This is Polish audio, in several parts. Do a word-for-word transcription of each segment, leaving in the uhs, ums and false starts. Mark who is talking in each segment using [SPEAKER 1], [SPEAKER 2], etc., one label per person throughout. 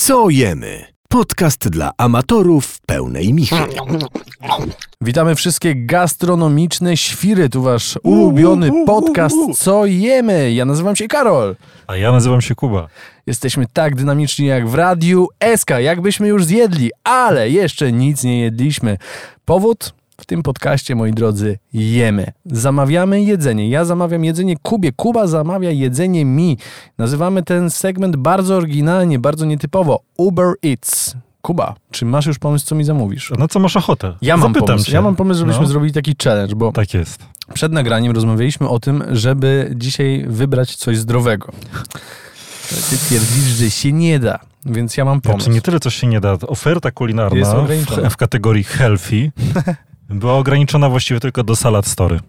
[SPEAKER 1] Co jemy? Podcast dla amatorów pełnej michy.
[SPEAKER 2] Witamy wszystkie gastronomiczne świry. Tu wasz ulubiony podcast Co jemy? Ja nazywam się Karol.
[SPEAKER 3] A ja nazywam się Kuba.
[SPEAKER 2] Jesteśmy tak dynamiczni jak w Radiu S K, jakbyśmy już zjedli, ale jeszcze nic nie jedliśmy. Powód? W tym podcaście, moi drodzy, jemy. Zamawiamy jedzenie. Ja zamawiam jedzenie Kubie. Kuba zamawia jedzenie mi. Nazywamy ten segment bardzo oryginalnie, bardzo nietypowo. Uber Eats. Kuba, czy masz już pomysł, co mi zamówisz?
[SPEAKER 3] Na co masz ochotę?
[SPEAKER 2] Ja mam
[SPEAKER 3] Zapytam
[SPEAKER 2] pomysł.
[SPEAKER 3] cię.
[SPEAKER 2] Ja mam pomysł, żebyśmy
[SPEAKER 3] no.
[SPEAKER 2] zrobili taki challenge, bo
[SPEAKER 3] Tak jest.
[SPEAKER 2] przed nagraniem rozmawialiśmy o tym, żeby dzisiaj wybrać coś zdrowego. Ty twierdzisz, że się nie da, więc ja mam pomysł.
[SPEAKER 3] Znaczy nie tyle, co się nie da. Oferta kulinarna
[SPEAKER 2] Jest
[SPEAKER 3] w,
[SPEAKER 2] ograniczona.
[SPEAKER 3] w kategorii healthy była ograniczona właściwie tylko do Salad Story.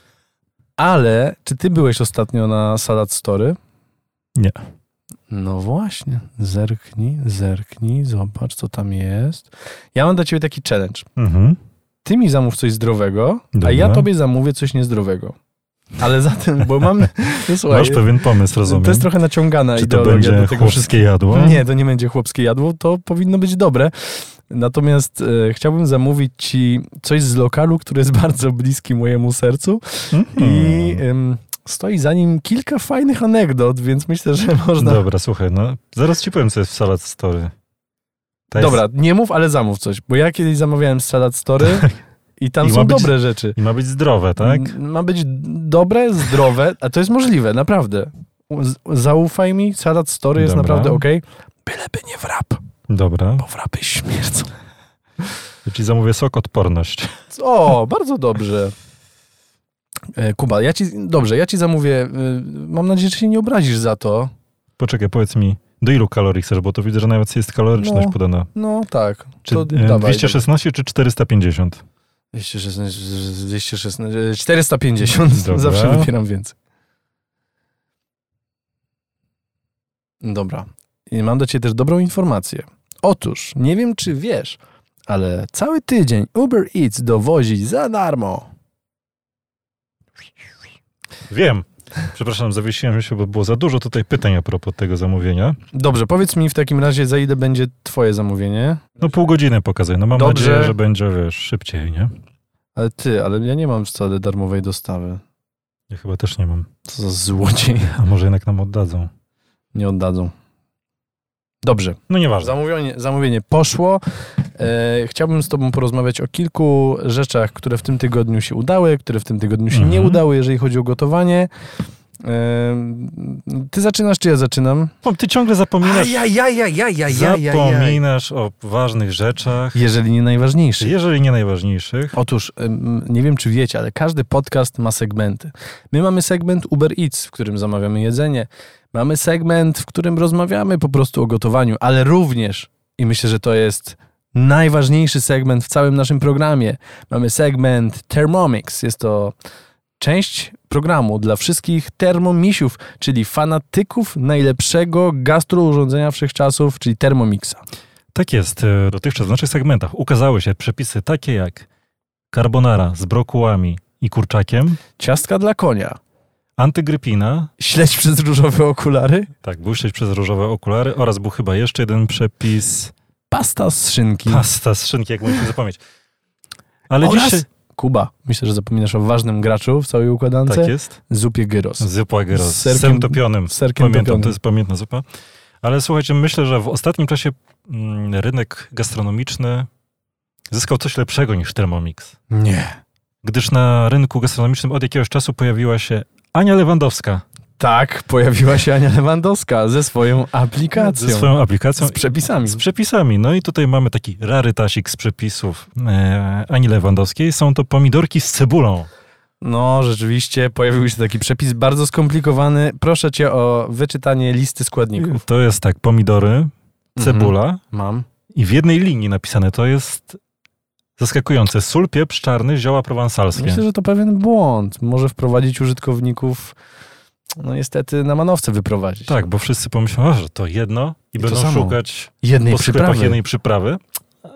[SPEAKER 2] Ale czy ty byłeś ostatnio na Salad Story?
[SPEAKER 3] Nie.
[SPEAKER 2] No właśnie, zerknij, zerknij, zobacz, co tam jest. Ja mam dla ciebie taki challenge.
[SPEAKER 3] Mhm.
[SPEAKER 2] Ty mi zamów coś zdrowego,
[SPEAKER 3] Dobra.
[SPEAKER 2] a ja tobie zamówię coś niezdrowego. Ale zatem, bo mam... No, słuchaj,
[SPEAKER 3] Masz pewien pomysł, rozumiem.
[SPEAKER 2] to jest trochę naciągana
[SPEAKER 3] Czy to
[SPEAKER 2] ideologia
[SPEAKER 3] będzie
[SPEAKER 2] do tego
[SPEAKER 3] chłopskie
[SPEAKER 2] wszystkiego.
[SPEAKER 3] jadło?
[SPEAKER 2] Nie, to nie będzie chłopskie jadło, to powinno być dobre. Natomiast e, chciałbym zamówić ci coś z lokalu, który jest bardzo bliski mojemu sercu
[SPEAKER 3] Mhm.
[SPEAKER 2] i em, stoi za nim kilka fajnych anegdot, więc myślę, że można...
[SPEAKER 3] Dobra, słuchaj, no zaraz ci powiem, co jest w Salad Story. To jest...
[SPEAKER 2] Dobra, nie mów, ale zamów coś, bo ja kiedyś zamawiałem z Salad Story i tam
[SPEAKER 3] I
[SPEAKER 2] są
[SPEAKER 3] ma być-
[SPEAKER 2] dobre rzeczy.
[SPEAKER 3] I ma być zdrowe, tak?
[SPEAKER 2] M- Ma być dobre, zdrowe, a to jest możliwe, naprawdę. Z- Zaufaj mi, Salad Story jest
[SPEAKER 3] Dobra.
[SPEAKER 2] naprawdę okej. Byleby nie wrap,
[SPEAKER 3] Dobra.
[SPEAKER 2] bo wrapy śmierdzą.
[SPEAKER 3] Ja ci zamówię sok odporność.
[SPEAKER 2] O, bardzo dobrze. E, Kuba, ja ci, dobrze, ja ci zamówię, y, mam nadzieję, że się nie obrazisz za to.
[SPEAKER 3] Poczekaj, powiedz mi, do ilu kalorii chcesz, bo to widzę, że nawet jest kaloryczność
[SPEAKER 2] No.
[SPEAKER 3] podana.
[SPEAKER 2] No tak,
[SPEAKER 3] Czy
[SPEAKER 2] to
[SPEAKER 3] e,
[SPEAKER 2] dawaj.
[SPEAKER 3] dwieście szesnaście czy czterysta pięćdziesiąt?
[SPEAKER 2] dwieście szesnaście, dwieście szesnaście, czterysta pięćdziesiąt,
[SPEAKER 3] Dobra.
[SPEAKER 2] zawsze wybieram więcej. Dobra. I mam do ciebie też dobrą informację. Otóż, nie wiem czy wiesz, ale cały tydzień Uber Eats dowozi za darmo.
[SPEAKER 3] Wiem. Przepraszam, zawiesiłem się, bo było za dużo tutaj pytań a propos tego zamówienia.
[SPEAKER 2] Dobrze, powiedz mi w takim razie, za ile będzie twoje zamówienie?
[SPEAKER 3] No pół godziny pokazuję. No mam
[SPEAKER 2] Dobrze.
[SPEAKER 3] nadzieję, że będzie, wiesz, szybciej, nie?
[SPEAKER 2] Ale ty, ale ja nie mam wcale darmowej dostawy.
[SPEAKER 3] Ja chyba też nie mam.
[SPEAKER 2] Co za złodziej.
[SPEAKER 3] A może jednak nam oddadzą.
[SPEAKER 2] Nie oddadzą. Dobrze.
[SPEAKER 3] No nieważne.
[SPEAKER 2] Zamówienie, zamówienie poszło. E, chciałbym z tobą porozmawiać o kilku rzeczach, które w tym tygodniu się udały, które w tym tygodniu się
[SPEAKER 3] Mhm.
[SPEAKER 2] nie udały, jeżeli chodzi o gotowanie. E, ty zaczynasz, czy ja zaczynam?
[SPEAKER 3] O, ty ciągle zapominasz,
[SPEAKER 2] ja, ja, ja, ja, ja, ja, ja.
[SPEAKER 3] zapominasz o ważnych rzeczach,
[SPEAKER 2] Jeżeli nie najważniejszy.
[SPEAKER 3] jeżeli nie najważniejszych.
[SPEAKER 2] Otóż, ym, nie wiem czy wiecie, ale każdy podcast ma segmenty. My mamy segment Uber Eats, w którym zamawiamy jedzenie. Mamy segment, w którym rozmawiamy po prostu o gotowaniu, ale również, i myślę, że to jest najważniejszy segment w całym naszym programie, mamy segment Thermomix. Jest to część programu dla wszystkich termomisiów, czyli fanatyków najlepszego gastrourządzenia wszechczasów, czyli Thermomixa.
[SPEAKER 3] Tak jest. e, Dotychczas w naszych segmentach ukazały się przepisy takie jak carbonara z brokułami i kurczakiem,
[SPEAKER 2] Ciastka dla konia.
[SPEAKER 3] antygrypina,
[SPEAKER 2] Śledź przez różowe okulary.
[SPEAKER 3] tak, błyszczeć przez różowe okulary oraz był chyba jeszcze jeden przepis,
[SPEAKER 2] Pasta z szynki.
[SPEAKER 3] pasta z szynki, jak musimy zapomnieć. Ale
[SPEAKER 2] Oraz
[SPEAKER 3] dzisiaj...
[SPEAKER 2] Kuba. Myślę, że zapominasz o ważnym graczu w całej układance.
[SPEAKER 3] Tak jest.
[SPEAKER 2] Zupie gyros.
[SPEAKER 3] Zupa gyros
[SPEAKER 2] Z
[SPEAKER 3] z
[SPEAKER 2] serkiem-
[SPEAKER 3] serem topionym.
[SPEAKER 2] z serkiem
[SPEAKER 3] Pamiętam,
[SPEAKER 2] topionym.
[SPEAKER 3] to jest pamiętna zupa. Ale słuchajcie, myślę, że w ostatnim czasie mm, rynek gastronomiczny zyskał coś lepszego niż Thermomix.
[SPEAKER 2] Nie.
[SPEAKER 3] Gdyż na rynku gastronomicznym od jakiegoś czasu pojawiła się Ania Lewandowska
[SPEAKER 2] Tak, pojawiła się Ania Lewandowska ze swoją aplikacją.
[SPEAKER 3] ze swoją aplikacją
[SPEAKER 2] Z przepisami.
[SPEAKER 3] z przepisami. No i tutaj mamy taki rarytasik z przepisów e, Ani Lewandowskiej. Są to pomidorki z cebulą.
[SPEAKER 2] No, rzeczywiście pojawił się taki przepis bardzo skomplikowany. Proszę cię o wyczytanie listy składników.
[SPEAKER 3] To jest tak, pomidory, cebula
[SPEAKER 2] Mhm. Mam.
[SPEAKER 3] i w jednej linii napisane. To jest zaskakujące. Sól, pieprz czarny, zioła prowansalskie.
[SPEAKER 2] Myślę, że to pewien błąd. Może wprowadzić użytkowników, no niestety, na manowce wyprowadzić.
[SPEAKER 3] Tak, bo wszyscy pomyślą, o, że to jedno i,
[SPEAKER 2] I to
[SPEAKER 3] będą
[SPEAKER 2] samo.
[SPEAKER 3] szukać
[SPEAKER 2] Jednej
[SPEAKER 3] po sklepach
[SPEAKER 2] przyprawy.
[SPEAKER 3] jednej przyprawy. A,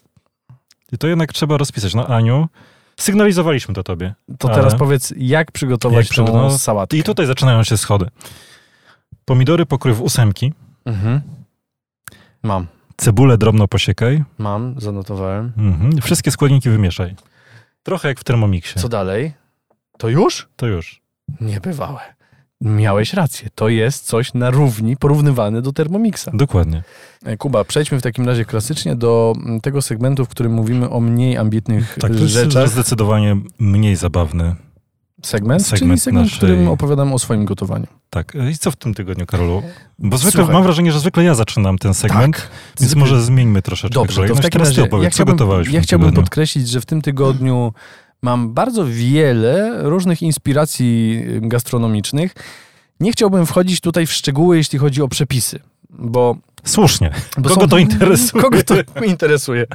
[SPEAKER 3] I to jednak trzeba rozpisać. No Aniu, sygnalizowaliśmy to tobie.
[SPEAKER 2] To
[SPEAKER 3] ale-
[SPEAKER 2] teraz powiedz, jak przygotować
[SPEAKER 3] Jak
[SPEAKER 2] tą
[SPEAKER 3] przygotować?
[SPEAKER 2] sałatkę.
[SPEAKER 3] I tutaj zaczynają się schody. Pomidory pokrój w ósemki,
[SPEAKER 2] Mhm. Mam.
[SPEAKER 3] Cebulę drobno posiekaj.
[SPEAKER 2] Mam, zanotowałem.
[SPEAKER 3] Mhm. Wszystkie składniki wymieszaj. Trochę jak w Thermomixie.
[SPEAKER 2] Co dalej? To już?
[SPEAKER 3] To już.
[SPEAKER 2] Niebywałe. Miałeś rację. To jest coś na równi porównywane do Thermomixa.
[SPEAKER 3] Dokładnie.
[SPEAKER 2] Kuba, przejdźmy w takim razie klasycznie do tego segmentu, w którym mówimy o mniej ambitnych
[SPEAKER 3] Tak, to jest
[SPEAKER 2] rzeczach.
[SPEAKER 3] zdecydowanie mniej zabawny.
[SPEAKER 2] Segment,
[SPEAKER 3] Segment
[SPEAKER 2] czyli segment,
[SPEAKER 3] naszej-
[SPEAKER 2] w którym opowiadam o swoim gotowaniu.
[SPEAKER 3] Tak. I co w tym tygodniu, Karolu? Bo zwykle
[SPEAKER 2] Słuchaj.
[SPEAKER 3] mam wrażenie, że zwykle ja zaczynam ten segment,
[SPEAKER 2] Tak.
[SPEAKER 3] więc
[SPEAKER 2] Zwykle-
[SPEAKER 3] może zmieńmy troszeczkę
[SPEAKER 2] Dobrze, to w
[SPEAKER 3] kolejność.
[SPEAKER 2] takim
[SPEAKER 3] Teraz ty
[SPEAKER 2] razie
[SPEAKER 3] opowiedz,
[SPEAKER 2] ja
[SPEAKER 3] co
[SPEAKER 2] chciałbym,
[SPEAKER 3] gotowałeś w
[SPEAKER 2] ja
[SPEAKER 3] tym
[SPEAKER 2] chciałbym
[SPEAKER 3] tygodniu?
[SPEAKER 2] podkreślić, że w tym tygodniu mam bardzo wiele różnych inspiracji gastronomicznych. Nie chciałbym wchodzić tutaj w szczegóły, jeśli chodzi o przepisy, bo...
[SPEAKER 3] Słusznie.
[SPEAKER 2] bo
[SPEAKER 3] Kogo
[SPEAKER 2] są-
[SPEAKER 3] to interesuje?
[SPEAKER 2] Kogo to interesuje?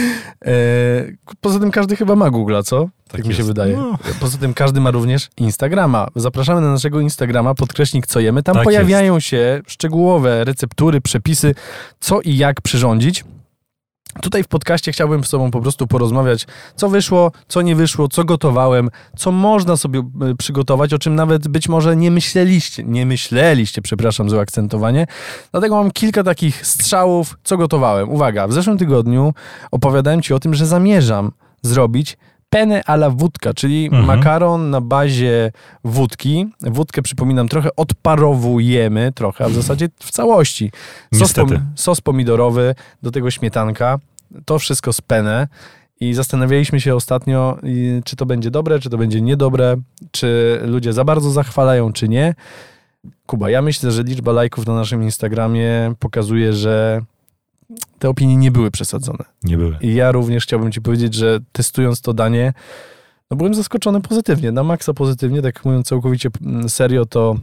[SPEAKER 2] E, poza tym każdy chyba ma Google'a, co? Tak,
[SPEAKER 3] Tak
[SPEAKER 2] mi się
[SPEAKER 3] jest.
[SPEAKER 2] wydaje.
[SPEAKER 3] No.
[SPEAKER 2] Poza tym każdy ma również Instagrama. Zapraszamy na naszego Instagrama, podkreśnik co jemy. Tam
[SPEAKER 3] Tak
[SPEAKER 2] pojawiają się szczegółowe receptury, przepisy, co i jak przyrządzić. Tutaj w podcaście chciałbym z tobą po prostu porozmawiać, co wyszło, co nie wyszło, co gotowałem, co można sobie e, przygotować, o czym nawet być może nie myśleliście, nie myśleliście, przepraszam za akcentowanie. Dlatego mam kilka takich strzałów, co gotowałem. Uwaga, w zeszłym tygodniu opowiadałem ci o tym, że zamierzam zrobić penne alla wódka, czyli
[SPEAKER 3] Mhm.
[SPEAKER 2] makaron na bazie wódki. Wódkę, przypominam, trochę odparowujemy, trochę, a w zasadzie w całości. Sos,
[SPEAKER 3] Niestety.
[SPEAKER 2] pom- sos pomidorowy, do tego śmietanka, to wszystko z penne. I zastanawialiśmy się ostatnio, i czy to będzie dobre, czy to będzie niedobre, czy ludzie za bardzo zachwalają, czy nie. Kuba, ja myślę, że liczba lajków na naszym Instagramie pokazuje, że te opinie nie były przesadzone.
[SPEAKER 3] Nie były.
[SPEAKER 2] I ja również chciałbym ci powiedzieć, że testując to danie, no byłem zaskoczony pozytywnie, na maksa pozytywnie, tak mówiąc całkowicie mm, serio, to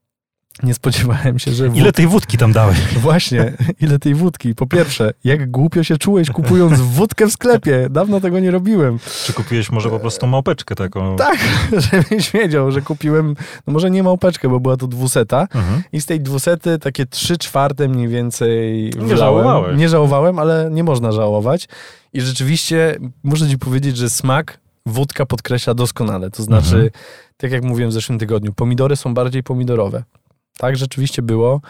[SPEAKER 2] nie spodziewałem się, że...
[SPEAKER 3] Ile
[SPEAKER 2] wód...
[SPEAKER 3] tej wódki tam dałeś?
[SPEAKER 2] Właśnie, ile tej wódki. Po pierwsze, jak głupio się czułeś kupując wódkę w sklepie. Dawno tego nie robiłem.
[SPEAKER 3] Czy kupiłeś może po prostu małpeczkę taką?
[SPEAKER 2] Tak, żebyś wiedział, że kupiłem, no może nie małpeczkę, bo była to dwuseta.
[SPEAKER 3] Mhm.
[SPEAKER 2] I z tej dwusety takie trzy czwarte mniej więcej
[SPEAKER 3] Nie
[SPEAKER 2] wlałem.
[SPEAKER 3] żałowałeś.
[SPEAKER 2] Nie żałowałem, ale nie można żałować. I rzeczywiście muszę ci powiedzieć, że smak wódka podkreśla doskonale. To znaczy,
[SPEAKER 3] Mhm.
[SPEAKER 2] tak jak mówiłem w zeszłym tygodniu, pomidory są bardziej pomidorowe. Tak rzeczywiście było.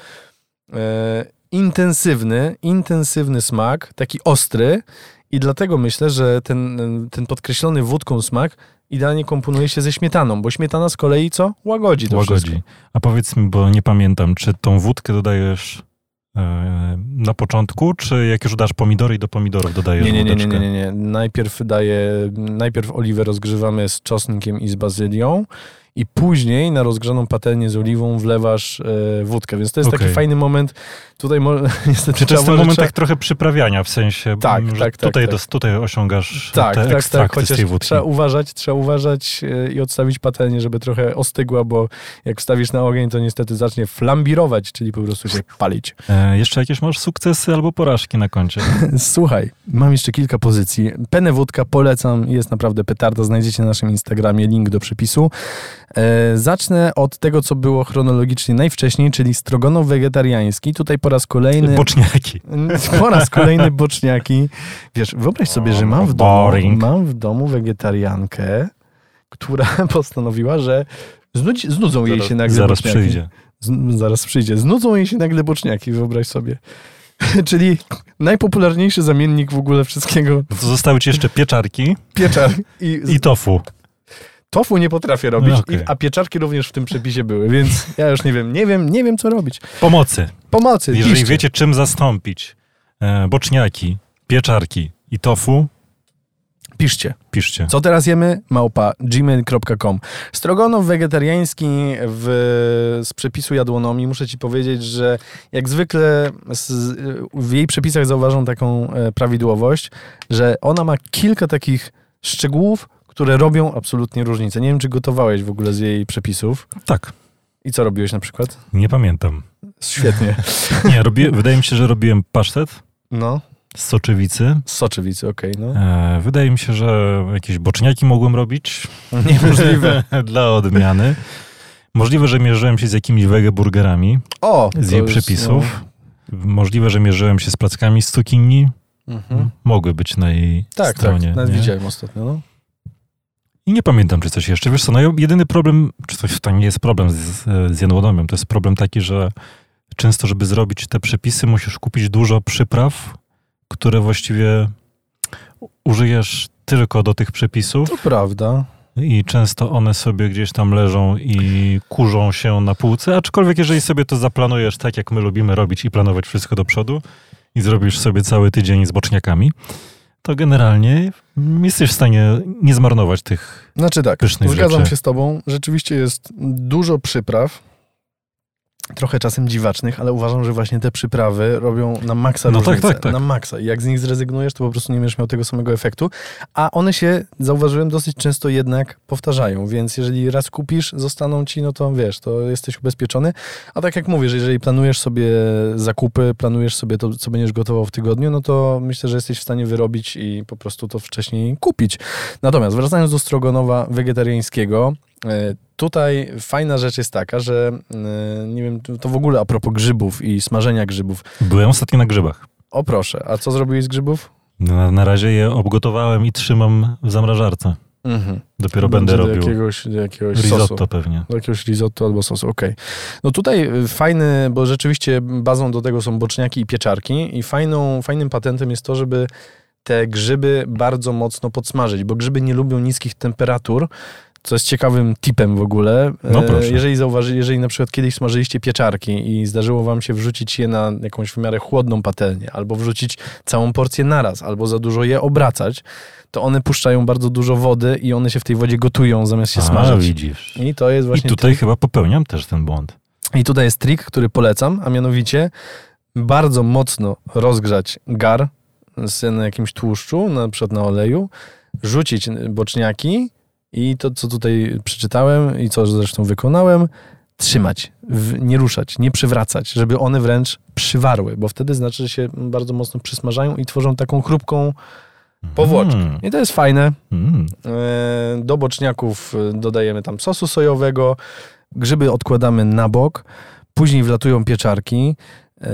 [SPEAKER 2] E, intensywny, intensywny smak, taki ostry i dlatego myślę, że ten, ten podkreślony wódką smak idealnie komponuje się ze śmietaną, bo śmietana z kolei co? Łagodzi to
[SPEAKER 3] Łagodzi.
[SPEAKER 2] wszystko.
[SPEAKER 3] A powiedz mi, bo nie pamiętam, czy tą wódkę dodajesz e, na początku, czy jak już dasz pomidory i do pomidorów dodajesz
[SPEAKER 2] Nie, nie, nie, nie,
[SPEAKER 3] wódeczkę?
[SPEAKER 2] nie, nie, nie. Najpierw daję, najpierw oliwę rozgrzewamy z czosnkiem i z bazylią i później na rozgrzaną patelnię z oliwą wlewasz e, wódkę, więc to jest
[SPEAKER 3] Okej.
[SPEAKER 2] taki fajny moment. Tutaj mo- niestety
[SPEAKER 3] Czy to jest ten
[SPEAKER 2] uważać,
[SPEAKER 3] moment
[SPEAKER 2] trzeba-
[SPEAKER 3] tak trochę przyprawiania, w sensie,
[SPEAKER 2] Tak,
[SPEAKER 3] że
[SPEAKER 2] tak, tak,
[SPEAKER 3] tutaj,
[SPEAKER 2] tak.
[SPEAKER 3] dos- tutaj osiągasz
[SPEAKER 2] Tak,
[SPEAKER 3] te
[SPEAKER 2] tak, tak,
[SPEAKER 3] ekstrakty z
[SPEAKER 2] chociaż
[SPEAKER 3] tej wódki.
[SPEAKER 2] trzeba uważać, trzeba uważać e, i odstawić patelnię, żeby trochę ostygła, bo jak wstawisz na ogień, to niestety zacznie flambirować, czyli po prostu się palić.
[SPEAKER 3] E, jeszcze jakieś masz sukcesy albo porażki na koncie?
[SPEAKER 2] Słuchaj, mam jeszcze kilka pozycji. Penne wódka polecam, jest naprawdę petarda, znajdziecie na naszym Instagramie link do przepisu. E, zacznę od tego, co było chronologicznie najwcześniej, czyli strogonow wegetariański. Tutaj po raz kolejny...
[SPEAKER 3] Boczniaki.
[SPEAKER 2] Po raz kolejny boczniaki. Wiesz, wyobraź sobie, że mam w domu,
[SPEAKER 3] Boring.
[SPEAKER 2] mam w domu wegetariankę, która postanowiła, że znudzi, znudzą jej się nagle
[SPEAKER 3] Zaraz
[SPEAKER 2] boczniaki.
[SPEAKER 3] przyjdzie.
[SPEAKER 2] Z, zaraz przyjdzie. Znudzą jej się nagle boczniaki, wyobraź sobie. Czyli najpopularniejszy zamiennik w ogóle wszystkiego.
[SPEAKER 3] No to zostały ci jeszcze pieczarki
[SPEAKER 2] Pieczar. I,
[SPEAKER 3] i tofu.
[SPEAKER 2] tofu nie potrafię robić,
[SPEAKER 3] No okej.
[SPEAKER 2] i, a pieczarki również w tym przepisie były, więc ja już nie wiem, nie wiem, nie wiem co robić.
[SPEAKER 3] Pomocy.
[SPEAKER 2] Pomocy,
[SPEAKER 3] Jeżeli
[SPEAKER 2] piszcie.
[SPEAKER 3] wiecie, czym zastąpić e, boczniaki, pieczarki i tofu,
[SPEAKER 2] Piszcie.
[SPEAKER 3] piszcie.
[SPEAKER 2] Co teraz jemy? Małpa gmail kropka com. Strogonow wegetariański w, z przepisu jadłonomii. Muszę ci powiedzieć, że jak zwykle z, w jej przepisach zauważam taką e, prawidłowość, że ona ma kilka takich szczegółów, które robią absolutnie różnicę. Nie wiem, czy gotowałeś w ogóle z jej przepisów.
[SPEAKER 3] Tak,
[SPEAKER 2] I co robiłeś na przykład?
[SPEAKER 3] nie pamiętam.
[SPEAKER 2] Świetnie.
[SPEAKER 3] Nie, robi, wydaje mi się, że robiłem pasztet
[SPEAKER 2] No,
[SPEAKER 3] z soczewicy.
[SPEAKER 2] z soczewicy, okej, no.
[SPEAKER 3] E, wydaje mi się, że jakieś boczniaki mogłem robić.
[SPEAKER 2] Niemożliwe.
[SPEAKER 3] Dla odmiany. Możliwe, że mierzyłem się z jakimiś wegeburgerami
[SPEAKER 2] O!
[SPEAKER 3] z
[SPEAKER 2] to
[SPEAKER 3] jej
[SPEAKER 2] jest,
[SPEAKER 3] przepisów. Możliwe, że mierzyłem się z plackami z cukinii.
[SPEAKER 2] No. Mhm.
[SPEAKER 3] Mogły być na jej
[SPEAKER 2] Tak,
[SPEAKER 3] stronie.
[SPEAKER 2] tak, nawet
[SPEAKER 3] nie?
[SPEAKER 2] widziałem ostatnio, no.
[SPEAKER 3] I nie pamiętam, czy coś jeszcze. Wiesz co, no jedyny problem, czy to, to nie jest problem z, z jadłonomią, to jest problem taki, że często, żeby zrobić te przepisy, musisz kupić dużo przypraw, które właściwie użyjesz tylko do tych przepisów.
[SPEAKER 2] To prawda.
[SPEAKER 3] I często one sobie gdzieś tam leżą i kurzą się na półce, aczkolwiek jeżeli sobie to zaplanujesz tak, jak my lubimy robić i planować wszystko do przodu i zrobisz sobie cały tydzień z boczniakami, to generalnie jesteś w stanie nie zmarnować tych
[SPEAKER 2] Znaczy tak,
[SPEAKER 3] pysznych
[SPEAKER 2] zgadzam
[SPEAKER 3] rzeczy.
[SPEAKER 2] się z tobą. Rzeczywiście jest dużo przypraw, trochę czasem dziwacznych, ale uważam, że właśnie te przyprawy robią na maksa
[SPEAKER 3] No
[SPEAKER 2] różnicę.
[SPEAKER 3] tak, tak, tak.
[SPEAKER 2] Na maksa. I jak z nich zrezygnujesz, to po prostu nie będziesz miał tego samego efektu. A one się, zauważyłem, dosyć często jednak powtarzają, więc jeżeli raz kupisz, zostaną ci, no to wiesz, to jesteś ubezpieczony. A tak jak mówisz, jeżeli planujesz sobie zakupy, planujesz sobie to, co będziesz gotował w tygodniu, no to myślę, że jesteś w stanie wyrobić i po prostu to wcześniej kupić. Natomiast wracając do stroganowa wegetariańskiego, tutaj fajna rzecz jest taka, że nie wiem, to w ogóle a propos grzybów i smażenia grzybów.
[SPEAKER 3] Byłem ostatnio na grzybach.
[SPEAKER 2] O proszę, a co zrobiłeś z grzybów?
[SPEAKER 3] Na, na razie je obgotowałem i trzymam w zamrażarce.
[SPEAKER 2] Mhm.
[SPEAKER 3] Dopiero
[SPEAKER 2] Będzie
[SPEAKER 3] będę
[SPEAKER 2] do
[SPEAKER 3] robił
[SPEAKER 2] jakiegoś, do jakiegoś
[SPEAKER 3] risotto
[SPEAKER 2] sosu.
[SPEAKER 3] pewnie.
[SPEAKER 2] Do jakiegoś risotto albo sosu, okej. Okay. No tutaj fajny, bo rzeczywiście bazą do tego są boczniaki i pieczarki i fajną, fajnym patentem jest to, żeby te grzyby bardzo mocno podsmażyć, bo grzyby nie lubią niskich temperatur, co jest ciekawym tipem w ogóle.
[SPEAKER 3] No proszę.
[SPEAKER 2] Jeżeli zauważy, jeżeli na przykład kiedyś smażyliście pieczarki i zdarzyło wam się wrzucić je na jakąś w miarę chłodną patelnię, albo wrzucić całą porcję naraz, albo za dużo je obracać, to one puszczają bardzo dużo wody i one się w tej wodzie gotują zamiast się
[SPEAKER 3] A,
[SPEAKER 2] smażyć.
[SPEAKER 3] widzisz.
[SPEAKER 2] I to jest
[SPEAKER 3] I
[SPEAKER 2] właśnie
[SPEAKER 3] tutaj
[SPEAKER 2] trik.
[SPEAKER 3] chyba popełniam też ten błąd.
[SPEAKER 2] I tutaj jest trik, który polecam, a mianowicie bardzo mocno rozgrzać gar z na jakimś tłuszczu, na przykład na oleju, rzucić boczniaki i to, co tutaj przeczytałem i co zresztą wykonałem, trzymać, w, nie ruszać, nie przywracać, żeby one wręcz przywarły, bo wtedy znaczy, że się bardzo mocno przysmażają i tworzą taką chrupką powłoczkę.
[SPEAKER 3] Mm.
[SPEAKER 2] I to jest fajne.
[SPEAKER 3] Mm.
[SPEAKER 2] E, Do boczniaków dodajemy tam sosu sojowego, grzyby odkładamy na bok, później wlatują pieczarki. E,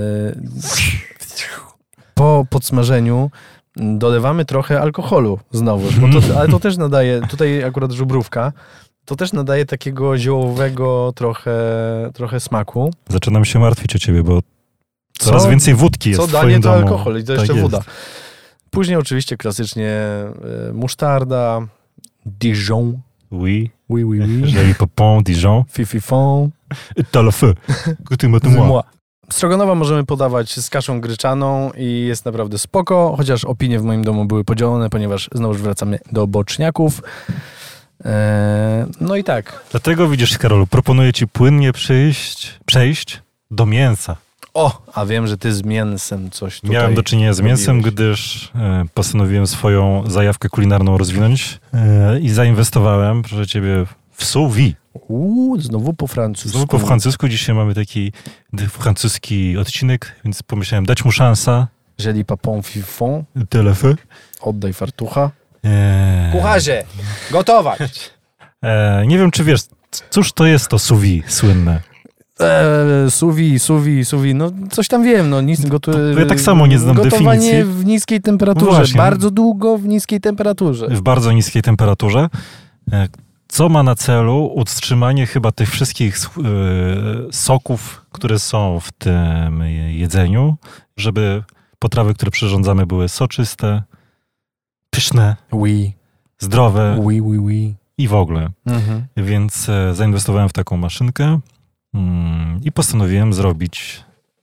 [SPEAKER 2] Po podsmażeniu dolewamy trochę alkoholu znowuż, bo to, ale to też nadaje, tutaj akurat żubrówka, to też nadaje takiego ziołowego trochę, trochę smaku.
[SPEAKER 3] Zaczynam się martwić o ciebie, bo coraz
[SPEAKER 2] Co-
[SPEAKER 3] więcej wódki jest
[SPEAKER 2] Co
[SPEAKER 3] w
[SPEAKER 2] danie
[SPEAKER 3] twoim
[SPEAKER 2] to
[SPEAKER 3] domu.
[SPEAKER 2] alkohol i to
[SPEAKER 3] Tak
[SPEAKER 2] jeszcze
[SPEAKER 3] jest.
[SPEAKER 2] woda. Później oczywiście klasycznie y, musztarda, Dijon,
[SPEAKER 3] Oui,
[SPEAKER 2] oui, oui, oui,
[SPEAKER 3] j'ai popon, Dijon,
[SPEAKER 2] fififon,
[SPEAKER 3] et le feu. Écoutez-moi tout moi.
[SPEAKER 2] moi. Stroganowa możemy podawać z kaszą gryczaną i jest naprawdę spoko, chociaż opinie w moim domu były podzielone, ponieważ znowu wracamy do boczniaków. Eee, no i tak.
[SPEAKER 3] Dlatego widzisz, Karolu, proponuję ci płynnie przejść, przejść do mięsa.
[SPEAKER 2] O, a wiem, że ty z mięsem coś tutaj
[SPEAKER 3] Miałem do czynienia z mięsem,
[SPEAKER 2] robiłeś.
[SPEAKER 3] gdyż e, postanowiłem swoją zajawkę kulinarną rozwinąć e, i zainwestowałem, proszę ciebie, w sous vide.
[SPEAKER 2] Uuu, znowu po francusku.
[SPEAKER 3] Znowu po francusku. Dzisiaj mamy taki francuski odcinek, więc pomyślałem, dać mu szansę.
[SPEAKER 2] Jeżeli papon fifon,
[SPEAKER 3] Telefon.
[SPEAKER 2] oddaj fartucha.
[SPEAKER 3] Eee,
[SPEAKER 2] Kucharze, gotować!
[SPEAKER 3] eee, nie wiem, czy wiesz, cóż to jest to sous vide słynne?
[SPEAKER 2] Eee, suwi, suwi, suwi, no coś tam wiem, no nis, gotu...
[SPEAKER 3] To ja tak samo nie znam
[SPEAKER 2] gotowanie
[SPEAKER 3] definicji.
[SPEAKER 2] w niskiej temperaturze,
[SPEAKER 3] No właśnie.
[SPEAKER 2] bardzo długo w niskiej temperaturze.
[SPEAKER 3] W bardzo niskiej temperaturze. E, Co ma na celu utrzymanie chyba tych wszystkich e, soków, które są w tym jedzeniu, żeby potrawy, które przyrządzamy, były soczyste, pyszne,
[SPEAKER 2] Oui,
[SPEAKER 3] zdrowe
[SPEAKER 2] oui, oui, oui.
[SPEAKER 3] i w ogóle.
[SPEAKER 2] Mhm.
[SPEAKER 3] Więc e, zainwestowałem w taką maszynkę mm, i postanowiłem zrobić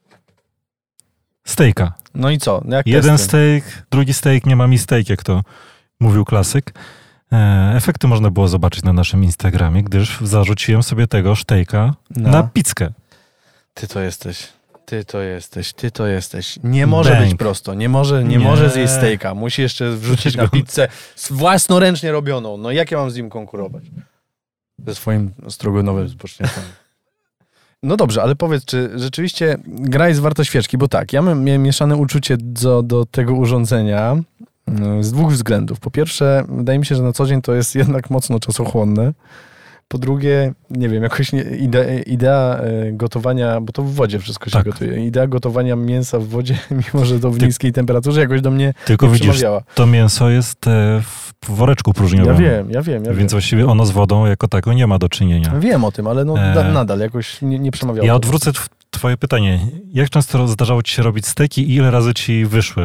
[SPEAKER 3] stejka.
[SPEAKER 2] No i co? Jak
[SPEAKER 3] Jeden
[SPEAKER 2] testy?
[SPEAKER 3] steak, drugi steak, nie ma mistake, jak to mówił klasyk. E, Efekty można było zobaczyć na naszym Instagramie, gdyż zarzuciłem sobie tego sztejka
[SPEAKER 2] No.
[SPEAKER 3] na pizzkę.
[SPEAKER 2] Ty to jesteś. Ty to jesteś, ty to jesteś. Nie może
[SPEAKER 3] Bang.
[SPEAKER 2] być prosto, nie może, nie,
[SPEAKER 3] Nie.
[SPEAKER 2] może zjeść stejka. Musi jeszcze wrzucić na pizzę własnoręcznie robioną. No jak ja mam z nim konkurować? Ze swoim strogonowym z boczniakami. No dobrze, ale powiedz, czy rzeczywiście gra jest warta świeczki? Bo tak, ja miałem mieszane uczucie do, do tego urządzenia y, z dwóch względów. Po pierwsze, wydaje mi się, że na co dzień to jest jednak mocno czasochłonne. Po drugie, nie wiem, jakoś nie, ide, idea y, gotowania, bo to w wodzie wszystko się
[SPEAKER 3] Tak.
[SPEAKER 2] gotuje. Idea gotowania mięsa w wodzie, mimo że to w
[SPEAKER 3] Ty-
[SPEAKER 2] niskiej temperaturze, jakoś do mnie
[SPEAKER 3] Tylko
[SPEAKER 2] nie
[SPEAKER 3] widzisz,
[SPEAKER 2] przemawiała.
[SPEAKER 3] to mięso jest e, w woreczku
[SPEAKER 2] Ja
[SPEAKER 3] próżniowym.
[SPEAKER 2] wiem, ja wiem, ja
[SPEAKER 3] Więc
[SPEAKER 2] wiem.
[SPEAKER 3] właściwie ono z wodą jako taką nie ma do czynienia.
[SPEAKER 2] Wiem o tym, ale no,
[SPEAKER 3] E.
[SPEAKER 2] da, nadal jakoś nie, nie przemawiało.
[SPEAKER 3] Ja
[SPEAKER 2] to.
[SPEAKER 3] odwrócę tw- twoje pytanie. Jak często zdarzało ci się robić steki i ile razy ci wyszły?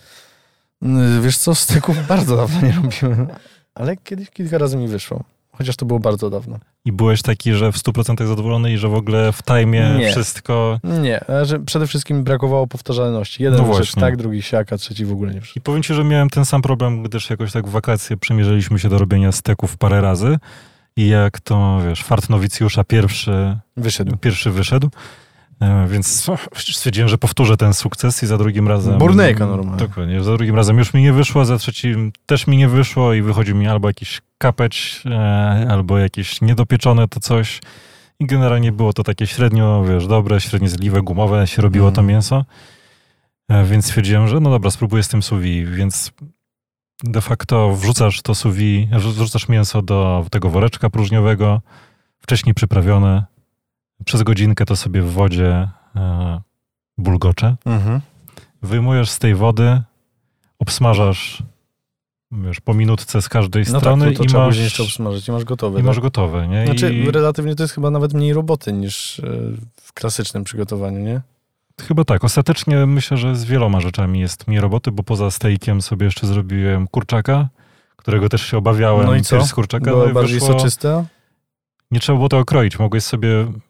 [SPEAKER 2] Wiesz co, steków bardzo dawno nie robiłem, ale kiedyś kilka razy mi wyszło. Chociaż to było bardzo dawno.
[SPEAKER 3] I byłeś taki, że w stu procentach zadowolony i że w ogóle w tajmie
[SPEAKER 2] Nie.
[SPEAKER 3] wszystko...
[SPEAKER 2] Nie, że przede wszystkim brakowało powtarzalności. Jeden
[SPEAKER 3] No
[SPEAKER 2] wyszedł
[SPEAKER 3] właśnie.
[SPEAKER 2] tak, drugi siak, a trzeci w ogóle nie wszedł.
[SPEAKER 3] I powiem ci, że miałem ten sam problem, gdyż jakoś tak w wakacje przymierzyliśmy się do robienia steków parę razy i jak to, wiesz, fart nowicjusza pierwszy
[SPEAKER 2] Wyszedł.
[SPEAKER 3] pierwszy wyszedł, e, więc o, stwierdziłem, że powtórzę ten sukces i za drugim razem...
[SPEAKER 2] Burnejka normalnie.
[SPEAKER 3] Dokładnie, za drugim razem już mi nie wyszło, za trzecim też mi nie wyszło i wychodzi mi albo jakiś kapeć, e, albo jakieś niedopieczone to coś i generalnie było to takie średnio, wiesz, dobre, średnio zliwe, gumowe się robiło
[SPEAKER 2] Mm.
[SPEAKER 3] to mięso, e, więc stwierdziłem, że no dobra, spróbuję z tym sous vide, więc de facto wrzucasz to sous vide, wrzucasz mięso do tego woreczka próżniowego, wcześniej przyprawione, przez godzinkę to sobie w wodzie e, bulgocze,
[SPEAKER 2] Mhm.
[SPEAKER 3] wyjmujesz z tej wody, obsmażasz, wiesz, po minutce z każdej
[SPEAKER 2] No
[SPEAKER 3] strony
[SPEAKER 2] tak, to, to
[SPEAKER 3] i,
[SPEAKER 2] trzeba
[SPEAKER 3] masz,
[SPEAKER 2] później jeszcze obsmażyć i masz gotowe.
[SPEAKER 3] i masz
[SPEAKER 2] tak?
[SPEAKER 3] gotowe, nie?
[SPEAKER 2] Znaczy
[SPEAKER 3] I
[SPEAKER 2] relatywnie to jest chyba nawet mniej roboty niż e, w klasycznym przygotowaniu, nie?
[SPEAKER 3] chyba tak. Ostatecznie myślę, że z wieloma rzeczami jest mniej roboty, bo poza stejkiem sobie jeszcze zrobiłem kurczaka, którego też się obawiałem.
[SPEAKER 2] No i co?
[SPEAKER 3] Pierś z kurczaka.
[SPEAKER 2] Było
[SPEAKER 3] no i
[SPEAKER 2] bardziej
[SPEAKER 3] wyszło,
[SPEAKER 2] soczyste?
[SPEAKER 3] nie trzeba było tego kroić. Mogłeś sobie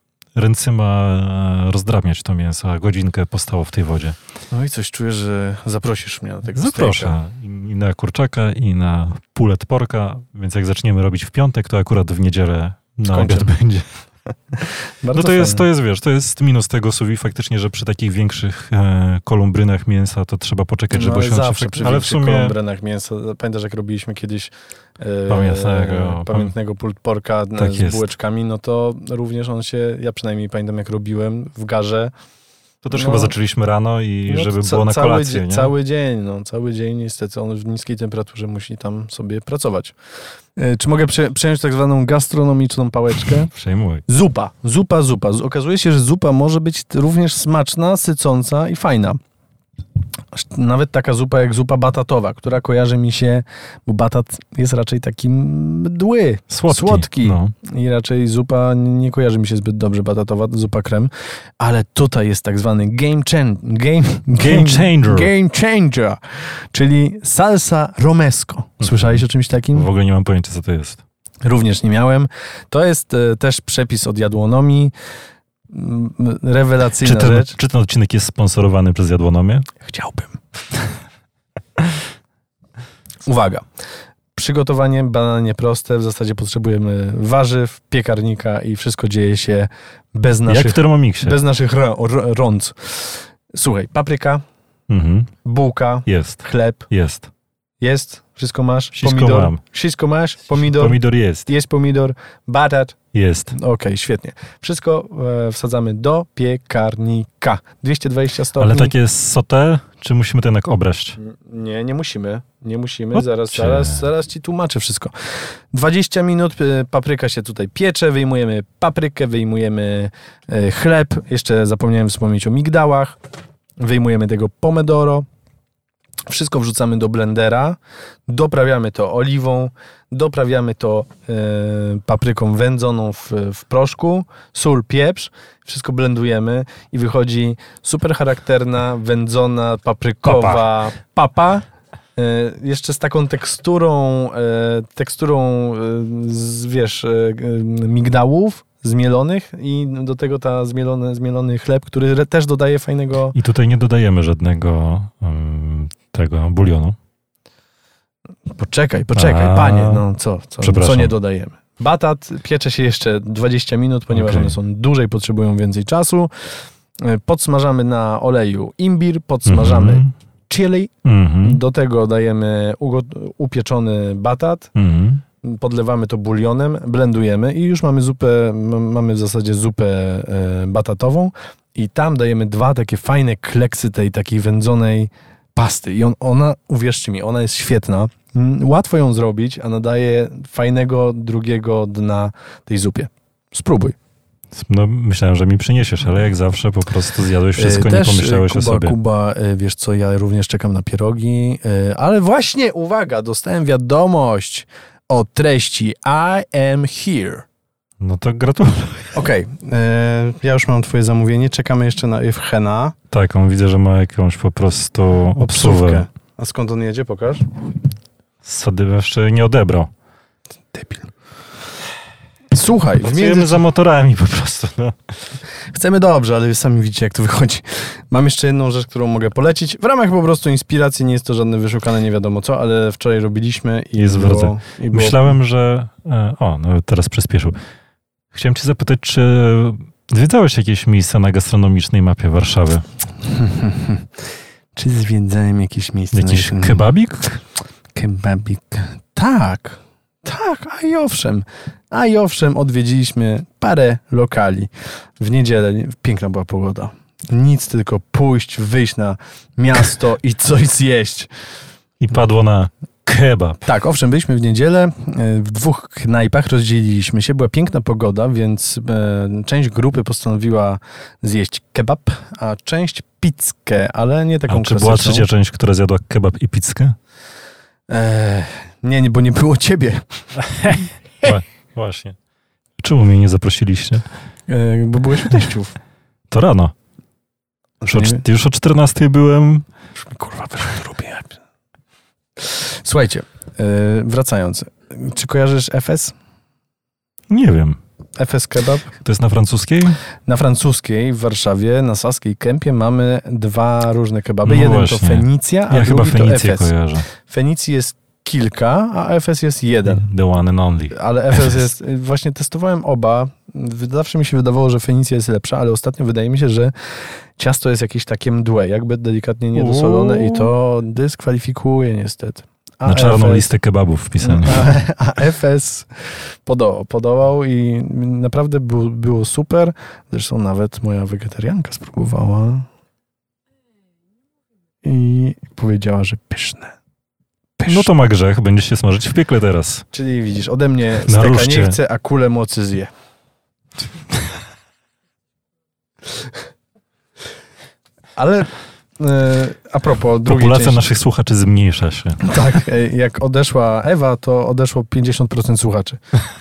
[SPEAKER 3] ręcyma e, rozdrabniać to mięso, a godzinkę postało w tej wodzie.
[SPEAKER 2] No i coś czuję, że zaprosisz mnie na tego
[SPEAKER 3] Zaproszę. I, I na kurczaka, i na pulet porka, więc jak zaczniemy robić w piątek, to akurat w niedzielę na
[SPEAKER 2] Skończę.
[SPEAKER 3] obiad będzie.
[SPEAKER 2] Bardzo
[SPEAKER 3] No to jest, to
[SPEAKER 2] fajne.
[SPEAKER 3] jest, wiesz, to jest minus tego sous vide faktycznie, że przy takich większych e, kolumbrynach mięsa to trzeba poczekać,
[SPEAKER 2] No,
[SPEAKER 3] żeby
[SPEAKER 2] ale
[SPEAKER 3] osiągnąć
[SPEAKER 2] zawsze
[SPEAKER 3] efekt.
[SPEAKER 2] przy
[SPEAKER 3] Ale w
[SPEAKER 2] większych
[SPEAKER 3] sumie
[SPEAKER 2] kolumbrynach mięsa. Pamiętasz, jak robiliśmy kiedyś e,
[SPEAKER 3] Pamiętnego,
[SPEAKER 2] e, pamiętnego pulled porka
[SPEAKER 3] Tak
[SPEAKER 2] z
[SPEAKER 3] jest.
[SPEAKER 2] bułeczkami, no to również on się, ja przynajmniej pamiętam, jak robiłem w garze.
[SPEAKER 3] to też
[SPEAKER 2] no,
[SPEAKER 3] chyba zaczęliśmy rano i
[SPEAKER 2] No,
[SPEAKER 3] żeby
[SPEAKER 2] ca-
[SPEAKER 3] było na
[SPEAKER 2] cały
[SPEAKER 3] kolację,
[SPEAKER 2] dzie-
[SPEAKER 3] nie?
[SPEAKER 2] Cały dzień, no, cały dzień niestety on w niskiej temperaturze musi tam sobie pracować. E, Czy mogę prze, przejąć tak zwaną gastronomiczną pałeczkę?
[SPEAKER 3] Przejmuj.
[SPEAKER 2] Zupa, zupa, zupa. Z- Okazuje się, że zupa może być t- również smaczna, sycąca i fajna. Aż nawet taka zupa jak zupa batatowa, która kojarzy mi się, bo batat jest raczej taki mdły,
[SPEAKER 3] Słodki.
[SPEAKER 2] słodki.
[SPEAKER 3] No.
[SPEAKER 2] I raczej zupa nie kojarzy mi się zbyt dobrze, batatowa, zupa krem. Ale tutaj jest tak zwany game, chan- game,
[SPEAKER 3] Game changer.
[SPEAKER 2] game changer, czyli salsa romesco. Słyszałeś o czymś takim?
[SPEAKER 3] W ogóle nie mam pojęcia, co to jest.
[SPEAKER 2] Również nie miałem. To jest e, też przepis od jadłonomii. Mm, Rewelacyjna
[SPEAKER 3] Czy ten,
[SPEAKER 2] rzecz.
[SPEAKER 3] czy ten odcinek jest sponsorowany przez Jadłonomię?
[SPEAKER 2] Chciałbym. Uwaga. Przygotowanie banalnie proste. W zasadzie potrzebujemy warzyw, piekarnika i wszystko dzieje się bez
[SPEAKER 3] Jak
[SPEAKER 2] naszych,
[SPEAKER 3] w Thermomixie.
[SPEAKER 2] bez naszych rą- r- rąc. Słuchaj, papryka,
[SPEAKER 3] Mhm.
[SPEAKER 2] bułka,
[SPEAKER 3] Jest,
[SPEAKER 2] chleb.
[SPEAKER 3] jest.
[SPEAKER 2] Jest? Wszystko masz?
[SPEAKER 3] Wszystko
[SPEAKER 2] pomidor?
[SPEAKER 3] mam.
[SPEAKER 2] Wszystko masz? Pomidor?
[SPEAKER 3] Pomidor jest.
[SPEAKER 2] Jest pomidor, batat.
[SPEAKER 3] Jest.
[SPEAKER 2] Okej, świetnie. Wszystko e, wsadzamy do piekarnika. dwieście dwadzieścia stopni.
[SPEAKER 3] Ale takie sauté, czy musimy to jednak obrać?
[SPEAKER 2] Nie, nie musimy. Nie musimy.
[SPEAKER 3] O,
[SPEAKER 2] Zaraz,
[SPEAKER 3] cie.
[SPEAKER 2] zaraz, zaraz ci tłumaczę wszystko. dwadzieścia minut e, papryka się tutaj piecze. Wyjmujemy paprykę, wyjmujemy e, chleb. Jeszcze zapomniałem wspomnieć o migdałach. Wyjmujemy tego pomidoro. Wszystko wrzucamy do blendera, doprawiamy to oliwą, doprawiamy to e, papryką wędzoną w, w proszku, sól, pieprz, wszystko blendujemy i wychodzi super charakterna, wędzona, paprykowa papa. E, jeszcze z taką teksturą, e, teksturą e, z, wiesz, e, e, migdałów zmielonych i do tego ta zmielony, zmielony chleb, który re- też dodaje fajnego...
[SPEAKER 3] I tutaj nie dodajemy żadnego um, tego bulionu.
[SPEAKER 2] Poczekaj, poczekaj,
[SPEAKER 3] A.
[SPEAKER 2] panie, no co, co,
[SPEAKER 3] Przepraszam.
[SPEAKER 2] co nie dodajemy? Batat piecze się jeszcze dwadzieścia minut, ponieważ
[SPEAKER 3] Okej.
[SPEAKER 2] one są dłużej, potrzebują więcej czasu. E, Podsmażamy na oleju imbir, podsmażamy
[SPEAKER 3] Mhm.
[SPEAKER 2] chili,
[SPEAKER 3] Mhm.
[SPEAKER 2] do tego dajemy ugo- upieczony batat,
[SPEAKER 3] Mhm.
[SPEAKER 2] podlewamy to bulionem, blendujemy i już mamy zupę, m- mamy w zasadzie zupę e, batatową i tam dajemy dwa takie fajne kleksy tej takiej wędzonej pasty i on, ona, uwierzcie mi, ona jest świetna. Mm, Łatwo ją zrobić, a nadaje fajnego drugiego dna tej zupie. Spróbuj.
[SPEAKER 3] No, myślałem, że mi przyniesiesz, ale jak zawsze po prostu zjadłeś wszystko,
[SPEAKER 2] E,
[SPEAKER 3] nie
[SPEAKER 2] Też,
[SPEAKER 3] pomyślałeś
[SPEAKER 2] e,
[SPEAKER 3] o
[SPEAKER 2] Kuba,
[SPEAKER 3] sobie.
[SPEAKER 2] Kuba, e, wiesz co, ja również czekam na pierogi, e, ale właśnie, uwaga, dostałem wiadomość o treści I am here.
[SPEAKER 3] No to gratuluję.
[SPEAKER 2] Okej, okay. Ja już mam twoje zamówienie, czekamy jeszcze na Evhena.
[SPEAKER 3] Tak, on widzę, że ma jakąś po prostu obsługę.
[SPEAKER 2] A skąd on jedzie? Pokaż.
[SPEAKER 3] Sady jeszcze nie odebrał.
[SPEAKER 2] Debil. Słuchaj, w
[SPEAKER 3] Pracujemy
[SPEAKER 2] między...
[SPEAKER 3] za motorami po prostu. No.
[SPEAKER 2] Chcemy dobrze, ale wy sami widzicie, jak to wychodzi. Mam jeszcze jedną rzecz, którą mogę polecić. W ramach po prostu inspiracji, nie jest to żadne wyszukane nie wiadomo co, ale wczoraj robiliśmy i
[SPEAKER 3] jest
[SPEAKER 2] było,
[SPEAKER 3] bardzo.
[SPEAKER 2] i było...
[SPEAKER 3] Myślałem, że... O, no teraz przyspieszył. Chciałem cię zapytać, czy zwiedzałeś jakieś miejsca na gastronomicznej mapie Warszawy?
[SPEAKER 2] Czy zwiedzałem jakieś miejsca?
[SPEAKER 3] Jakiś
[SPEAKER 2] na...
[SPEAKER 3] kebabik?
[SPEAKER 2] Kebabik. Tak. Tak, a i owszem. A i owszem, odwiedziliśmy parę lokali. W niedzielę piękna była pogoda. Nic, tylko pójść, wyjść na miasto i coś zjeść.
[SPEAKER 3] I padło na kebab.
[SPEAKER 2] Tak, owszem, byliśmy w niedzielę. W dwóch knajpach rozdzieliliśmy się. Była piękna pogoda, więc e, część grupy postanowiła zjeść kebab, a część pizzkę, ale nie taką
[SPEAKER 3] a czy
[SPEAKER 2] klasyczną.
[SPEAKER 3] była trzecia część, która zjadła kebab i pizzkę?
[SPEAKER 2] E, nie, nie, bo nie było ciebie.
[SPEAKER 3] Właśnie. Czemu mnie nie zaprosiliście?
[SPEAKER 2] E, bo byłeś u teściów.
[SPEAKER 3] To rano. Już o, już o czternastej byłem.
[SPEAKER 2] Już mi kurwa robię. Słuchajcie, yy, wracając. Czy kojarzysz F S?
[SPEAKER 3] Nie wiem.
[SPEAKER 2] F S Kebab?
[SPEAKER 3] To jest na francuskiej?
[SPEAKER 2] Na francuskiej w Warszawie, na Saskiej Kępie mamy dwa różne kebaby.
[SPEAKER 3] No
[SPEAKER 2] Jeden
[SPEAKER 3] właśnie.
[SPEAKER 2] to Fenicja, a
[SPEAKER 3] ja
[SPEAKER 2] drugi
[SPEAKER 3] chyba
[SPEAKER 2] to
[SPEAKER 3] Fenicję
[SPEAKER 2] F S.
[SPEAKER 3] kojarzę.
[SPEAKER 2] Fenicji jest kilka, a F S jest jeden.
[SPEAKER 3] The one and only.
[SPEAKER 2] Ale F S jest... Właśnie testowałem oba. Zawsze mi się wydawało, że Fenicja jest lepsza, ale ostatnio wydaje mi się, że ciasto jest jakieś takie mdłe, jakby delikatnie niedosolone i to dyskwalifikuje niestety. A
[SPEAKER 3] na czarną
[SPEAKER 2] F S,
[SPEAKER 3] listę kebabów wpisane.
[SPEAKER 2] A, a F S podołał, podołał i naprawdę było, było super. Zresztą nawet moja wegetarianka spróbowała i powiedziała, że pyszne. pyszne.
[SPEAKER 3] No to ma grzech, będzie się smażyć w piekle teraz.
[SPEAKER 2] Czyli widzisz, ode mnie steka
[SPEAKER 3] Naruszcie.
[SPEAKER 2] nie chce, a kulę mocy zje. Ale e, a propos drugiej
[SPEAKER 3] Populacja
[SPEAKER 2] części.
[SPEAKER 3] naszych słuchaczy zmniejsza się.
[SPEAKER 2] Tak, e, jak odeszła Ewa, to odeszło pięćdziesiąt procent słuchaczy.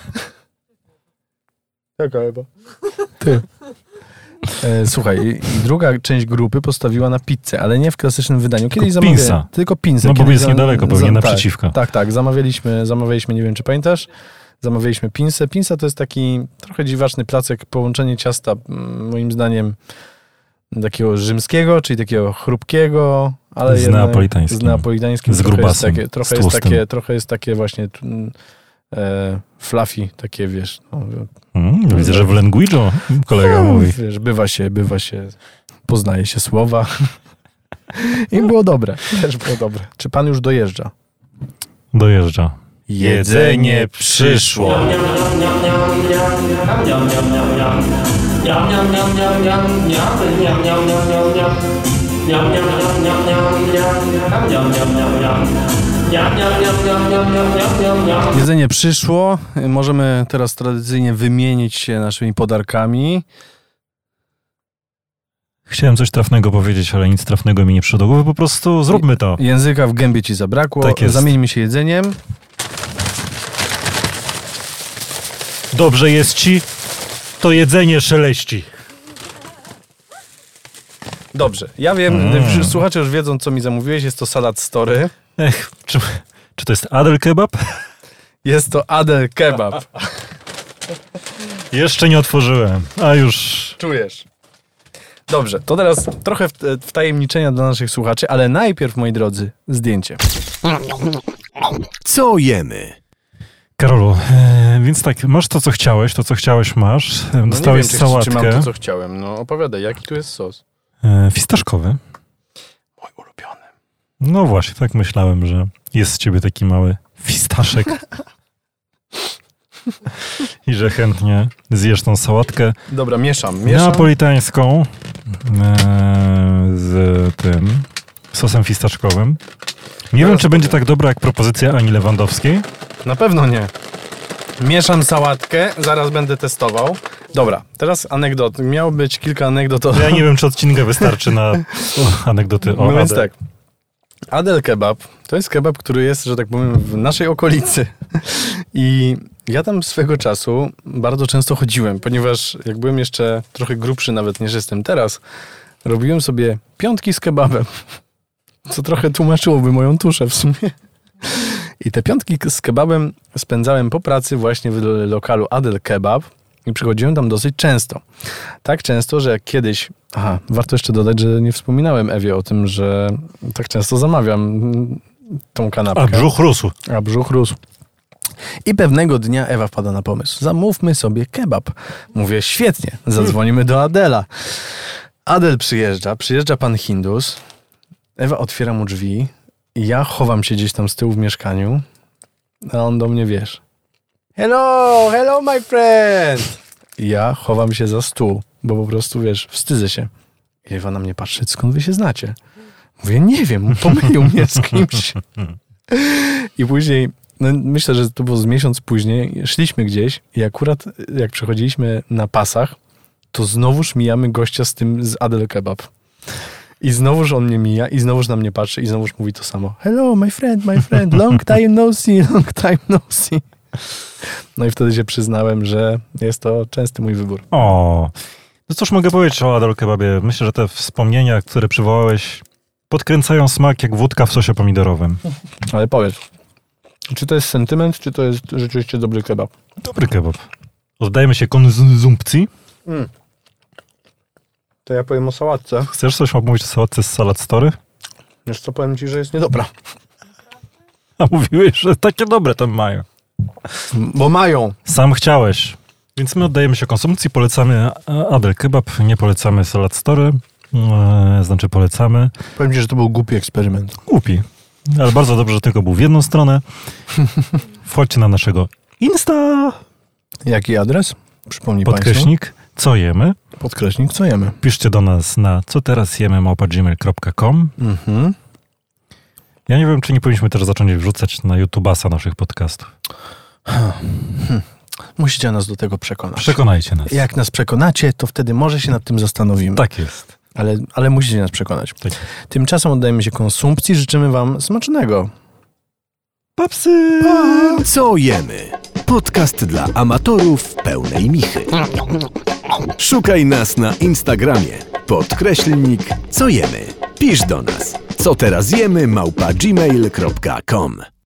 [SPEAKER 2] Jaka Ewa? Ty. E, słuchaj, i druga część grupy postawiła na pizzę, ale nie w klasycznym wydaniu. Kiedyś
[SPEAKER 3] Tylko
[SPEAKER 2] zamawiali,
[SPEAKER 3] pinsa.
[SPEAKER 2] tylko pizzę.
[SPEAKER 3] No bo
[SPEAKER 2] Kiedyś
[SPEAKER 3] jest
[SPEAKER 2] za-
[SPEAKER 3] niedaleko, pewnie
[SPEAKER 2] za-
[SPEAKER 3] naprzeciwko.
[SPEAKER 2] Tak, tak, tak. Zamawialiśmy, zamawialiśmy, nie wiem czy pamiętasz, zamawialiśmy pinsę. Pinsa to jest taki trochę dziwaczny placek, połączenie ciasta, mm, moim zdaniem, takiego rzymskiego, czyli takiego chrupkiego, ale
[SPEAKER 3] Z
[SPEAKER 2] jednak
[SPEAKER 3] neapolitańskim.
[SPEAKER 2] Z neapolitańskim.
[SPEAKER 3] Z
[SPEAKER 2] trochę jest
[SPEAKER 3] grubasem,
[SPEAKER 2] takie, trochę
[SPEAKER 3] z
[SPEAKER 2] jest
[SPEAKER 3] tłustym.
[SPEAKER 2] takie, trochę jest takie właśnie mm, e, fluffy, takie wiesz. No,
[SPEAKER 3] Mm, widzę, że w language'u kolega
[SPEAKER 2] no,
[SPEAKER 3] mówi.
[SPEAKER 2] Wiesz, bywa się, bywa się, poznaje się słowa. I było dobre, też było dobre. Czy pan już dojeżdża?
[SPEAKER 3] Dojeżdża.
[SPEAKER 2] Jedzenie przyszło. Jedzenie przyszło. Możemy teraz tradycyjnie wymienić się naszymi podarkami.
[SPEAKER 3] Chciałem coś trafnego powiedzieć, ale nic trafnego mi nie przyszło do głowy. Po prostu zróbmy to.
[SPEAKER 2] Języka w gębie ci zabrakło.
[SPEAKER 3] Tak jest.
[SPEAKER 2] Zamieńmy się jedzeniem.
[SPEAKER 3] Dobrze jest ci, to jedzenie szeleści.
[SPEAKER 2] Dobrze. Ja wiem,
[SPEAKER 3] Mm.
[SPEAKER 2] słuchacze już wiedzą, co mi zamówiłeś. Jest to salat story.
[SPEAKER 3] Ech, czy, czy to jest Adel kebab?
[SPEAKER 2] Jest to Adel kebab.
[SPEAKER 3] Jeszcze nie otworzyłem, a już...
[SPEAKER 2] Czujesz. Dobrze, to teraz trochę w- wtajemniczenia dla naszych słuchaczy, ale najpierw, moi drodzy, zdjęcie.
[SPEAKER 1] Co jemy?
[SPEAKER 3] Karolu, e, więc tak, masz to, co chciałeś, to, co chciałeś, masz. E,
[SPEAKER 2] No
[SPEAKER 3] Dostałeś
[SPEAKER 2] nie wiem, czy,
[SPEAKER 3] sałatkę.
[SPEAKER 2] czy mam to, co chciałem. No opowiadaj, jaki tu jest sos?
[SPEAKER 3] E, fistaszkowy.
[SPEAKER 2] Mój ulubiony.
[SPEAKER 3] No właśnie, tak myślałem, że jest z ciebie taki mały fistaszek. I że chętnie zjesz tą sałatkę
[SPEAKER 2] Dobra, mieszam, mieszam.
[SPEAKER 3] neapolitańską e, z tym sosem fistaszkowym. Nie wiem, czy będzie tak dobra jak propozycja Ani Lewandowskiej.
[SPEAKER 2] Na pewno nie. Mieszam sałatkę, zaraz będę testował. Dobra, teraz anegdot. Miało być kilka anegdot o...
[SPEAKER 3] Ja nie wiem, czy odcinka wystarczy na o, anegdoty o
[SPEAKER 2] No więc
[SPEAKER 3] Adel.
[SPEAKER 2] tak. Adel Kebab to jest kebab, który jest, że tak powiem, w naszej okolicy. I ja tam swego czasu bardzo często chodziłem, ponieważ jak byłem jeszcze trochę grubszy nawet niż jestem teraz, robiłem sobie piątki z kebabem, co trochę tłumaczyłoby moją tuszę w sumie. I te piątki z kebabem spędzałem po pracy właśnie w lokalu Adel Kebab i przychodziłem tam dosyć często. Tak często, że jak kiedyś... Aha, warto jeszcze dodać, że nie wspominałem Ewie o tym, że tak często zamawiam tą kanapkę.
[SPEAKER 3] A brzuch rósł.
[SPEAKER 2] A brzuch rósł. I pewnego dnia Ewa wpada na pomysł. Zamówmy sobie kebab. Mówię, świetnie, zadzwonimy do Adela. Adel przyjeżdża, przyjeżdża pan Hindus. Ewa otwiera mu drzwi i ja chowam się gdzieś tam z tyłu w mieszkaniu, a on do mnie, wiesz, hello, hello my friend. I ja chowam się za stół, bo po prostu, wiesz, wstydzę się. I Ewa na mnie patrzy, skąd wy się znacie? Mówię, nie wiem, pomylił mnie z kimś. I później, no myślę, że to było z miesiąc później, szliśmy gdzieś i akurat jak przechodziliśmy na pasach, to znowuż mijamy gościa z tym, z Adel Kebab. I znowuż on mnie mija i znowuż na mnie patrzy i znowuż mówi to samo. Hello, my friend, my friend, long time no see, long time no see. No i wtedy się przyznałem, że jest to częsty mój wybór.
[SPEAKER 3] O, no cóż mogę powiedzieć o Adel Kebabie? Myślę, że te wspomnienia, które przywołałeś, podkręcają smak jak wódka w sosie pomidorowym.
[SPEAKER 2] Ale powiedz, czy to jest sentyment, czy to jest rzeczywiście dobry kebab?
[SPEAKER 3] Dobry kebab. Oddajemy się konsumpcji.
[SPEAKER 2] Mm. To ja powiem o sałatce.
[SPEAKER 3] Chcesz coś mówić o sałatce z Salad Story?
[SPEAKER 2] Wiesz co, powiem ci, że jest niedobra.
[SPEAKER 3] A mówiłeś, że takie dobre tam mają.
[SPEAKER 2] Bo mają.
[SPEAKER 3] Sam chciałeś. Więc my oddajemy się konsumpcji, polecamy Adel Kebab, nie polecamy Salad Story. Eee, znaczy polecamy.
[SPEAKER 2] Powiem ci, że to był głupi eksperyment.
[SPEAKER 3] Głupi. Ale bardzo dobrze, że tylko był w jedną stronę. Wchodźcie na naszego Insta.
[SPEAKER 2] Jaki adres? Przypomnij
[SPEAKER 3] Podkreśnik,
[SPEAKER 2] państwu.
[SPEAKER 3] co jemy.
[SPEAKER 2] Podkreśnik, co jemy.
[SPEAKER 3] Piszcie do nas na co teraz jemy małpa gmail kropka com.
[SPEAKER 2] Mhm.
[SPEAKER 3] Ja nie wiem, czy nie powinniśmy też zacząć wrzucać na YouTubasa naszych podcastów.
[SPEAKER 2] Hmm. Musicie nas do tego przekonać.
[SPEAKER 3] Przekonajcie nas.
[SPEAKER 2] Jak nas przekonacie, to wtedy może się nad tym zastanowimy.
[SPEAKER 3] Tak jest.
[SPEAKER 2] Ale, ale musicie nas przekonać.
[SPEAKER 3] Tak.
[SPEAKER 2] Tymczasem oddajemy się konsumpcji. Życzymy wam smacznego.
[SPEAKER 3] Papsy!
[SPEAKER 2] Pa!
[SPEAKER 1] Co jemy? Podcast dla amatorów pełnej michy. Szukaj nas na Instagramie. Podkreślnik co jemy. Pisz do nas. Co teraz jemy małpa gmail kropka com.